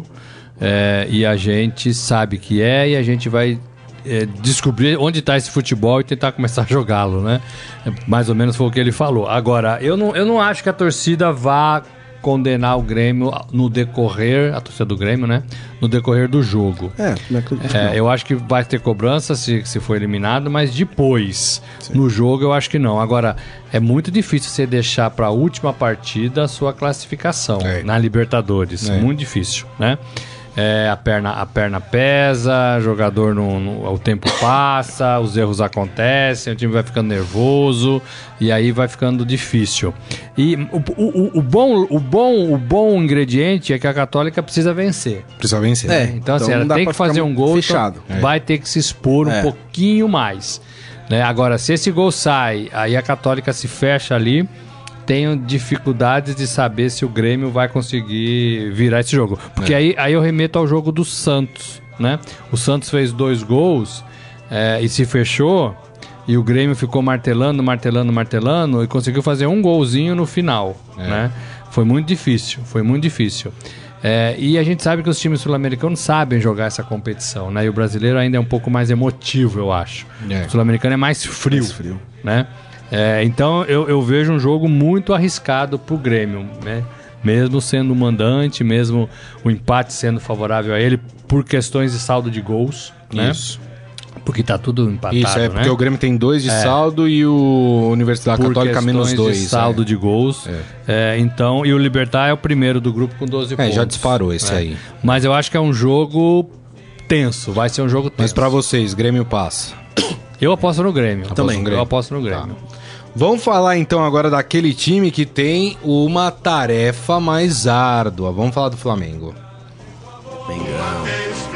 é, e a gente sabe que é, e a gente vai é, descobrir onde está esse futebol e tentar começar a jogá-lo, né? Mais ou menos foi o que ele falou. Agora, eu não, eu não acho que a torcida vá condenar o Grêmio no decorrer, a torcida do Grêmio, né? No decorrer do jogo. É, não acredito, é, eu acho que vai ter cobrança se, se for eliminado, mas depois, Sim. no jogo, eu acho que não. Agora, é muito difícil você deixar para a última partida a sua classificação é. na Libertadores. É. Muito difícil, né? É, a, perna, a perna pesa, jogador no, no, o tempo passa, os erros acontecem, o time vai ficando nervoso e aí vai ficando difícil. E o, o, o, bom, o, bom, o bom ingrediente é que a Católica precisa vencer.
Precisa vencer.
É, então, assim, então ela tem que fazer um gol, fechado. Então é. vai ter que se expor é. um pouquinho mais. Né? Agora, se esse gol sai, aí a Católica se fecha ali. Tenho dificuldades de saber se o Grêmio vai conseguir virar esse jogo. Porque é. aí, aí eu remeto ao jogo do Santos, né? O Santos fez dois gols é, e se fechou, e o Grêmio ficou martelando, martelando, martelando, e conseguiu fazer um golzinho no final, é. né? Foi muito difícil, foi muito difícil. É, e a gente sabe que os times sul-americanos sabem jogar essa competição, né? E o brasileiro ainda é um pouco mais emotivo, eu acho. É. O sul-americano é mais frio, mais frio. né? É, então eu, eu vejo um jogo muito arriscado pro Grêmio, né? Mesmo sendo o mandante, mesmo o empate sendo favorável a ele por questões de saldo de gols, né? Isso. Porque tá tudo empatado,
Isso, é porque
né?
o Grêmio tem dois de é. saldo e o Universidade por Católica menos dois.
De saldo é. de gols. É. É, então, e o Libertad é o primeiro do grupo com doze
é,
pontos.
Já disparou esse
é.
aí.
Mas eu acho que é um jogo tenso, vai ser um jogo tenso.
Mas pra vocês, Grêmio passa?
Eu aposto no Grêmio.
Também.
Eu aposto no Grêmio.
Tá. Vamos falar então agora daquele time que tem uma tarefa mais árdua. Vamos falar do Flamengo.
Mengão.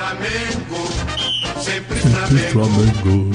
Sempre Flamengo.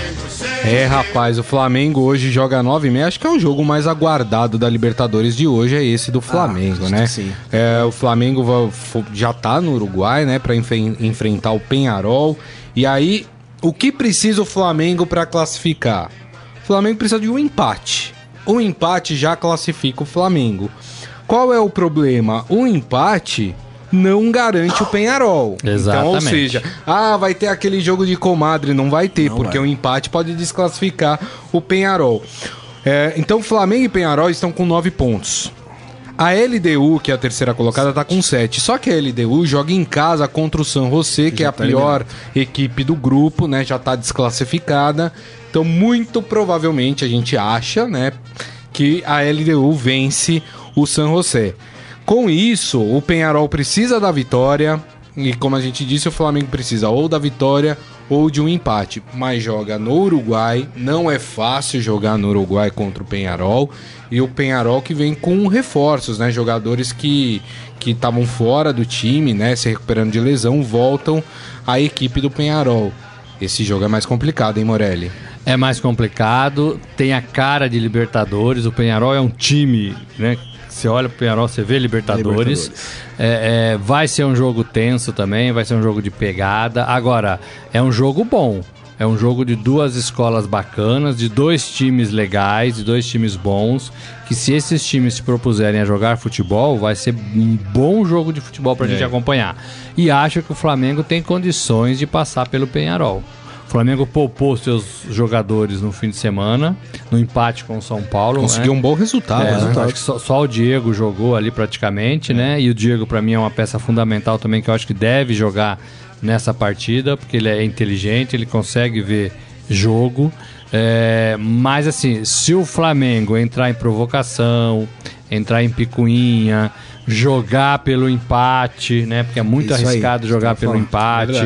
É, rapaz, o Flamengo hoje joga nove e meia. Acho que é o jogo mais aguardado da Libertadores de hoje, é esse do Flamengo, ah, né? Sim. É, o Flamengo já tá no Uruguai, né, para enf- enfrentar o Peñarol. E aí, o que precisa o Flamengo para classificar? O Flamengo precisa de um empate. Um empate já classifica o Flamengo. Qual é o problema? O empate não garante o Peñarol.
Exatamente.
Então, ou seja, ah, vai ter aquele jogo de comadre. Não vai ter, não porque o um empate pode desclassificar o Peñarol. É, então, Flamengo e Peñarol estão com nove pontos. A L D U, que é a terceira colocada, está com sete. Só que a L D U joga em casa contra o San José, que é a tá pior eliminado. equipe do grupo, né? Já está desclassificada. Então, muito provavelmente, a gente acha, né, que a L D U vence o San José. Com isso, o Peñarol precisa da vitória. E como a gente disse, o Flamengo precisa ou da vitória ou de um empate. Mas joga no Uruguai. Não é fácil jogar no Uruguai contra o Peñarol. E o Peñarol que vem com reforços, né? Jogadores que que estavam fora do time, né? Se recuperando de lesão, voltam à equipe do Peñarol. Esse jogo é mais complicado, hein, Morelli?
É mais complicado, tem a cara de Libertadores. O Peñarol é um time, né? Você olha pro Peñarol, você vê Libertadores. Libertadores. É, é, vai ser um jogo tenso também, vai ser um jogo de pegada. Agora, é um jogo bom. É um jogo de duas escolas bacanas, de dois times legais, de dois times bons, que se esses times se propuserem a jogar futebol, vai ser um bom jogo de futebol pra é. gente acompanhar. E acho que o Flamengo tem condições de passar pelo Peñarol. O Flamengo poupou seus jogadores no fim de semana, no empate com o São Paulo.
Conseguiu né? um bom resultado. É,
né? Acho que só, só o Diego jogou ali praticamente, é. né? E o Diego, para mim, é uma peça fundamental também, que eu acho que deve jogar nessa partida, porque ele é inteligente, ele consegue ver jogo. É, mas, assim, se o Flamengo entrar em provocação, entrar em picuinha, jogar pelo empate, né? Porque é muito Isso arriscado aí, jogar pelo falando. empate. É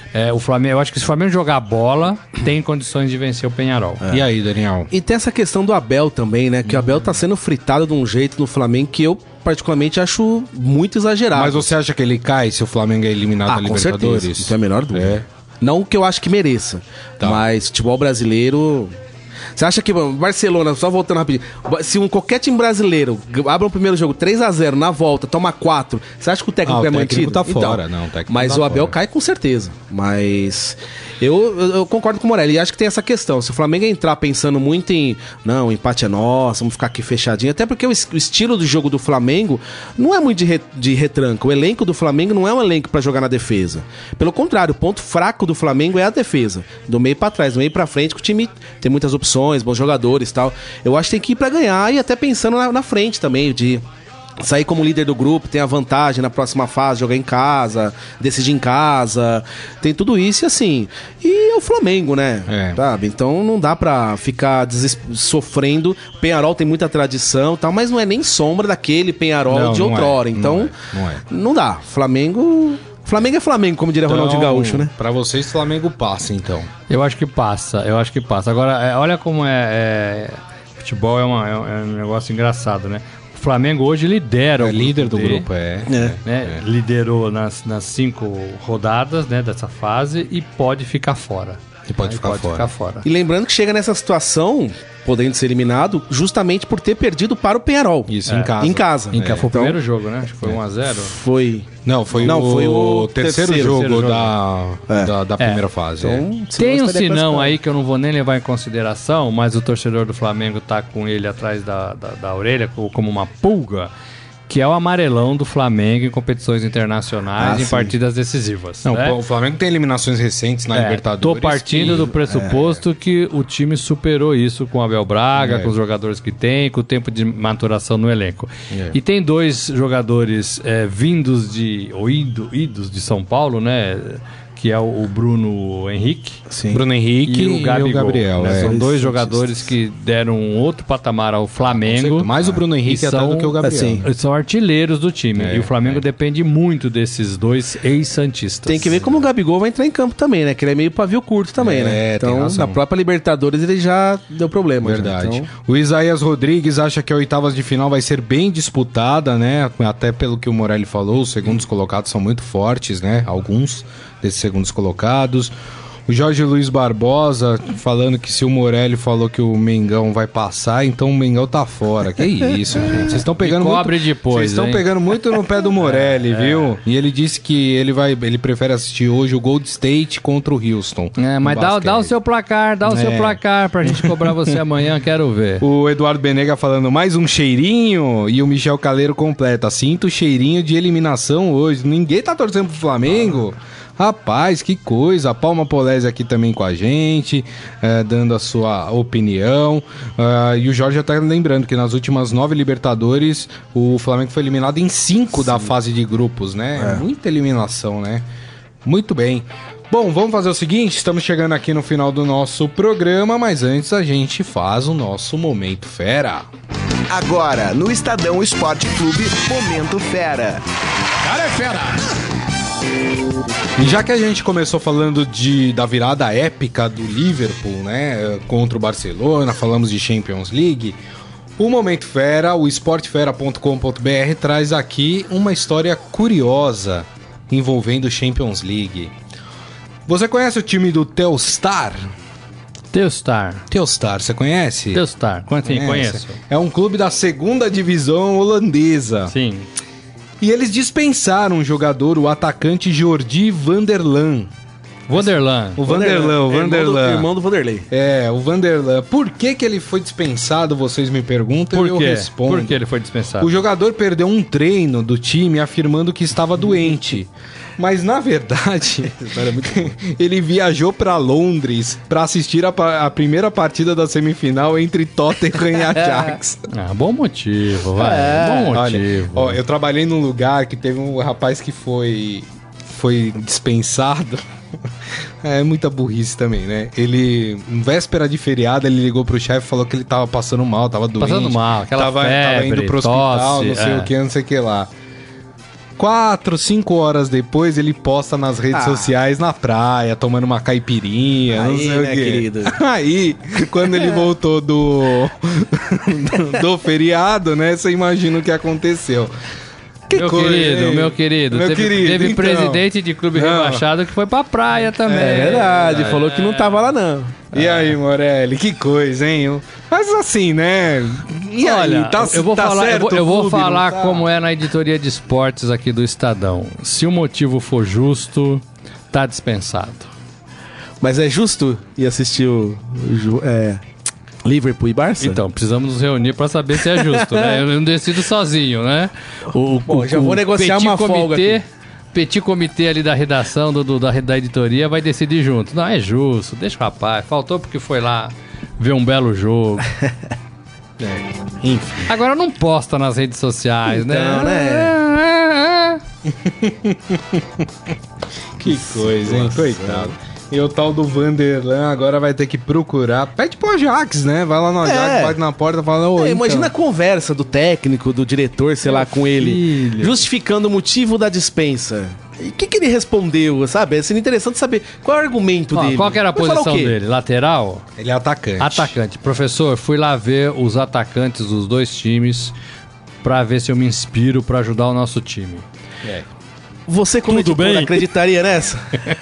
É, o Flamengo, eu acho que se o Flamengo jogar bola, tem condições de vencer o Peñarol.
É. E aí, Daniel?
E tem essa questão do Abel também, né? Que o Abel tá sendo fritado de um jeito no Flamengo que eu particularmente acho muito exagerado.
Mas você acha que ele cai se o Flamengo é eliminado
ah,
da
com
Libertadores?
certeza, não tem a menor dúvida.
É.
Não que eu acho que mereça,
Tá.
mas futebol brasileiro... Você acha que bom, Barcelona, só voltando rapidinho, se um, qualquer time brasileiro abre o primeiro jogo três a zero na volta, toma quatro, você acha que o técnico
Ah, o
é
técnico
mantido?
tá fora,
então,
não, o técnico
mas
tá
o Abel
fora.
cai com certeza. Mas eu, eu, eu concordo com o Morelli, e acho que tem essa questão. Se o Flamengo entrar pensando muito em não, o empate é nosso, vamos ficar aqui fechadinho, até porque o, es- o estilo do jogo do Flamengo não é muito de, re, de retranca. O elenco do Flamengo não é um elenco pra jogar na defesa. Pelo contrário, o ponto fraco do Flamengo é a defesa. Do meio pra trás, do meio pra frente, que o time tem muitas opções, bons jogadores e tal. Eu acho que tem que ir pra ganhar e até pensando na, na frente também, de sair como líder do grupo, tem a vantagem na próxima fase, jogar em casa, decidir em casa, tem tudo isso e assim. E é o Flamengo, né?
É.
Sabe? Então não dá pra ficar deses- sofrendo. O Peñarol tem muita tradição e tal, mas não é nem sombra daquele Peñarol
Não,
de
não
outrora.
é,
então
não é, não é.
não dá. Flamengo. Flamengo é Flamengo, como diria Ronaldinho Gaúcho, né?
Pra vocês, o Flamengo passa, então.
Eu acho que passa, eu acho que passa. Agora, é, olha como é, é- Futebol é, uma- é um- é um negócio engraçado, né? O Flamengo hoje lidera
É
o
líder do
D,
grupo, é.
É.
né? Liderou nas, nas cinco rodadas, né, dessa fase e pode ficar fora.
E pode
Aí
ficar
pode
fora.
ficar fora.
E lembrando que chega nessa situação, podendo ser eliminado, justamente por ter perdido para o Peñarol.
Isso,
É.
em casa.
Em casa.
Em que
É,
foi o
então,
primeiro jogo, né? Acho que foi um a zero.
Foi.
Não, foi,
Não,
o,
foi o
terceiro,
terceiro,
jogo,
terceiro jogo.
Da,
É.
da, da primeira fase. é.
Então,
Tem um
estaria
sinão
classificado.
aí que eu não vou nem levar em consideração, mas o torcedor do Flamengo tá com ele atrás da, da, da orelha, co- como uma pulga, que é o amarelão do Flamengo em competições internacionais
Ah,
em
sim.
partidas decisivas.
Não,
né?
pô, o Flamengo tem eliminações recentes na
É,
Libertadores.
tô partindo
que-
do pressuposto que o time superou isso com o Abel Braga,
É.
com os jogadores que tem, com o tempo de maturação no elenco.
É.
E tem dois jogadores é, vindos de, ou ido, idos de São Paulo, né? Que é o, o Bruno Henrique
Sim.
Bruno Henrique
e o Gabigol,
Gabriel.
né?
é.
São dois
Isso,
jogadores que deram um outro patamar ao Flamengo.
Mais o Bruno Henrique
E
até
são-
do que o Gabriel.
assim,
São artilheiros do time.
É,
e o Flamengo
é.
depende muito desses dois ex-santistas.
Tem que ver como o Gabigol vai entrar em campo também, né? Que ele é meio pavio curto também,
É,
né?
tem
Então,
razão.
na própria Libertadores ele já deu problema.
Verdade.
já. Então,
O Isaías Rodrigues acha que a oitavas de final vai ser bem disputada, né? Até pelo que o Morelli falou, os segundos colocados são muito fortes, né? Alguns desses segundos colocados. O Jorge Luiz Barbosa falando que se o Morelli falou que o Mengão vai passar, então o Mengão tá fora. Que isso, gente. Vocês estão pegando
Me cobre
muito.
depois,
Vocês estão
hein?
pegando muito no pé do Morelli, viu? E ele disse que ele vai, ele prefere assistir hoje o Gold State contra o Houston.
É, mas
no
dá,
basquete.
dá o seu placar, dá o seu
É.
placar pra gente cobrar você amanhã, quero ver.
O Eduardo Benega falando mais um cheirinho e o Michel Caleiro completa. Sinto cheirinho de eliminação hoje. Ninguém tá torcendo pro Flamengo. Rapaz, que coisa. A Palma Polese aqui também com a gente, eh, dando a sua opinião. Ah, e o Jorge já tá lembrando que nas últimas nove Libertadores o Flamengo foi eliminado em cinco da fase de grupos, né? Muita eliminação, né? Muito bem. Bom, vamos fazer o seguinte, estamos chegando aqui no final do nosso programa, mas antes a gente faz o nosso Momento Fera.
Agora, no Estadão Esporte Clube, Momento Fera.
Cara é fera!
E já que a gente começou falando de, da virada épica do Liverpool, né, contra o Barcelona, falamos de Champions League, o Momento Fera, o esporte fera ponto com ponto b r, traz aqui uma história curiosa envolvendo Champions League. Você conhece o time do Telstar?
Telstar.
Telstar, você conhece?
Telstar. Sim, conheço.
É um clube da segunda divisão holandesa.
Sim.
E eles dispensaram um jogador, o atacante Jordi Vanderlan.
Vanderlan.
O Vanderlan, o
irmão do-
Vanderlan.
Irmão do Vanderlei.
É, o Vanderlan. Por que que ele foi dispensado, vocês me perguntam,
Por
e eu
quê?
respondo.
Por que ele foi dispensado?
O jogador perdeu um treino do time afirmando que estava doente. Mas, na verdade, ele viajou para Londres para assistir a, pa- a primeira partida da semifinal entre Tottenham e Ajax.
Ah, bom motivo, vai. Bom
Olha,
motivo.
ó, eu trabalhei num lugar que teve um rapaz que foi, foi dispensado. É muita burrice também, né? Ele, em véspera de feriado, ele ligou pro chefe e falou que ele tava passando mal, tava doente.
Passando mal, aquela
tava, tava
febre,
indo pro hospital,
tosse,
não sei
é.
o que, não sei o que lá. quatro, cinco horas depois, ele posta nas redes
Ah.
sociais na praia, tomando uma caipirinha, não
Aí,
sei o
né,
quê.
querido?
Aí, quando ele voltou do, do feriado, né, você imagina o que aconteceu. Que
Meu
coisa,
querido,
hein?
meu querido,
Meu
teve,
querido,
teve
então.
presidente de clube
Não.
rebaixado que foi pra praia também.
É verdade, falou que não tava lá, não.
E aí, Morelli, que coisa, hein? Mas assim, né? E
Olha,
aí, tá,
eu vou
tá
falar, eu
certo
vou, eu
o
vou
clube, não
falar
tá?
como é na editoria de esportes aqui do Estadão. Se o motivo for justo, tá dispensado.
Mas é justo ir assistir o, o ju- é, Liverpool e Barça?
Então, precisamos nos reunir pra saber se é justo, né? Eu não decido sozinho, né? O,
Bom, já vou negociar
petit
uma folga aqui.
Petit comitê ali da redação, do, do- da, da editoria, vai decidir junto. Não, é justo, deixa o rapaz. Faltou porque foi lá ver um belo jogo.
Enfim.
Agora não posta nas redes sociais,
Então,
né?
Que coisa, hein? Coitado. E o tal do Vanderlan agora vai ter que procurar. Pede pro Ajax, né? Vai lá no Ajax,
É.
bate na porta e fala: Ô,
É,
então.
imagina a conversa do técnico, do diretor, sei lá, com ele,
filho.
justificando o motivo da dispensa. E o que, que ele respondeu, sabe? É sendo interessante saber qual é o argumento
Ó,
dele.
qual que era a
Vai falar o
posição
quê?
dele? Lateral?
Ele é atacante.
Atacante. Professor, fui lá ver os atacantes dos dois times pra ver se eu me inspiro pra ajudar o nosso time.
É.
Você, como
Tudo
editor,
bem?
acreditaria nessa?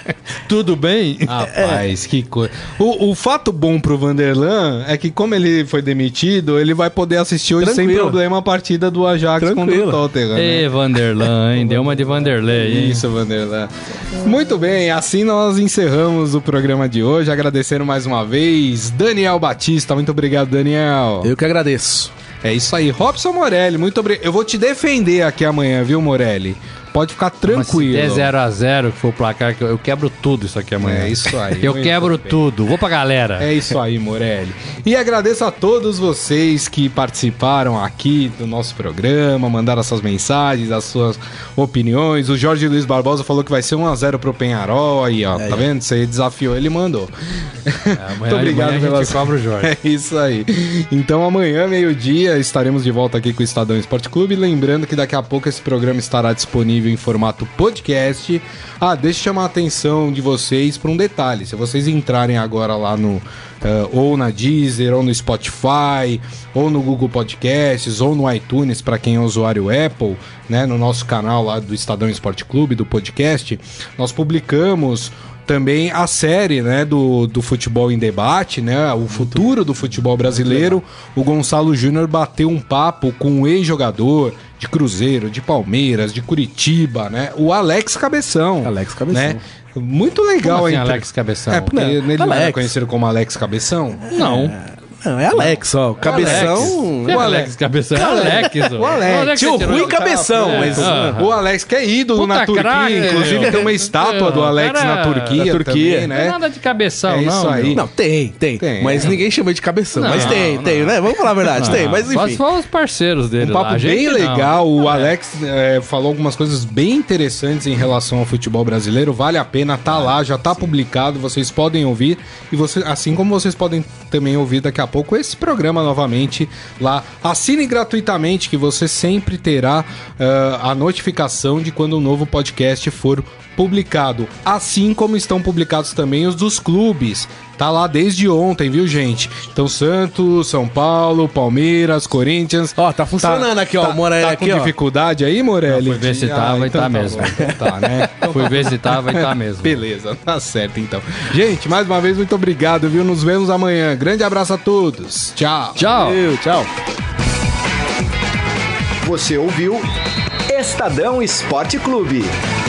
Tudo bem?
Rapaz, que coisa. O, o fato bom pro Vanderlan é que, como ele foi demitido, ele vai poder assistir hoje sem
Tranquilo.
problema a partida do Ajax contra
Tranquilo.
o Tottenham. Né?
Ê, Vanderlan, hein? Deu uma de Vanderlei, hein?
Isso, Vanderlan. Muito bem, assim nós encerramos o programa de hoje. Agradecendo mais uma vez Daniel Batista. Muito obrigado, Daniel.
Eu que agradeço.
É isso aí. Robson Morelli, muito obrigado. Eu vou te defender aqui amanhã, viu, Morelli? Pode ficar tranquilo.
Mas se der zero a zero, que for o placar, que eu, eu quebro tudo isso aqui amanhã.
É isso aí.
Eu
Muito
quebro
bem.
tudo. Vou pra galera.
É isso aí, Morelli. E agradeço a todos vocês que participaram aqui do nosso programa, mandaram as suas mensagens, as suas opiniões. O Jorge Luiz Barbosa falou que vai ser um a zero pro Penharol. Aí, ó, tá vendo? Você desafiou, ele mandou.
É, amanhã,
Muito obrigado
amanhã a
pela
gente cobra o Jorge.
É isso aí. Então amanhã, meio-dia, estaremos de volta aqui com o Estadão Esporte Clube. Lembrando que daqui a pouco esse programa estará disponível em formato podcast. Ah, deixa eu chamar a atenção de vocês para um detalhe. Se vocês entrarem agora lá no eh, ou na Deezer, ou no Spotify, ou no Google Podcasts, ou no iTunes, para quem é usuário Apple, né, no nosso canal lá do Estadão Esporte Clube, do podcast, nós publicamos também a série, né, do, do futebol em debate, né, o futuro do futebol brasileiro. O Gonçalo Júnior bateu um papo com um ex-jogador de Cruzeiro, de Palmeiras, de Curitiba, né, o Alex Cabeção.
Alex Cabeção.
Né? Muito legal,
Como assim,
hein?
Alex Cabeção?
É, porque
Não,
ele não
Alex.
era conhecido como Alex Cabeção?
Não.
Não, é Alex, ó. Cabeção.
O Alex Cabeção. É Alex.
O Alex.
Tio
você tirou-
Rui Cabeção,
É,
mas.
Ah.
O Alex que é ídolo
Puta
na Turquia,
craque,
inclusive
meu.
tem uma estátua do
Meu,
Alex
cara,
na Turquia,
da Turquia.
também,
Não
né?
é nada de cabeção,
É
não.
isso aí.
meu.
Não, tem, tem,
Tem.
Mas ninguém chama de cabeção.
Não,
mas tem,
não.
tem, né? Vamos falar a verdade, tem, mas
Só se
enfim.
for os parceiros dele
Um papo
lá. a gente
bem
não.
legal. O Alex é, falou algumas coisas bem interessantes em relação ao futebol brasileiro. Vale a pena, tá lá, já tá publicado. Vocês podem ouvir. E você, assim como vocês podem também ouvir daqui a pouco esse programa novamente lá. Assine gratuitamente, que você sempre terá uh, a notificação de quando um novo podcast for publicado. Assim como estão publicados também os dos clubes. Tá lá desde ontem, viu, gente? Então, Santos, São Paulo, Palmeiras, Corinthians.
Ó, tá funcionando aqui, ó,
Tá,
Morelli,
tá
aqui,
com
ó.
dificuldade aí, Morelli?
Não, fui ver se tava e tá
então
mesmo.
bom, então tá, né?
Fui ver se tava e tá mesmo.
Beleza, tá certo então. Gente, mais uma vez, muito obrigado, viu? Nos vemos amanhã. Grande abraço a todos. Tchau.
Tchau.
Valeu, tchau.
Você ouviu Estadão Esporte Clube.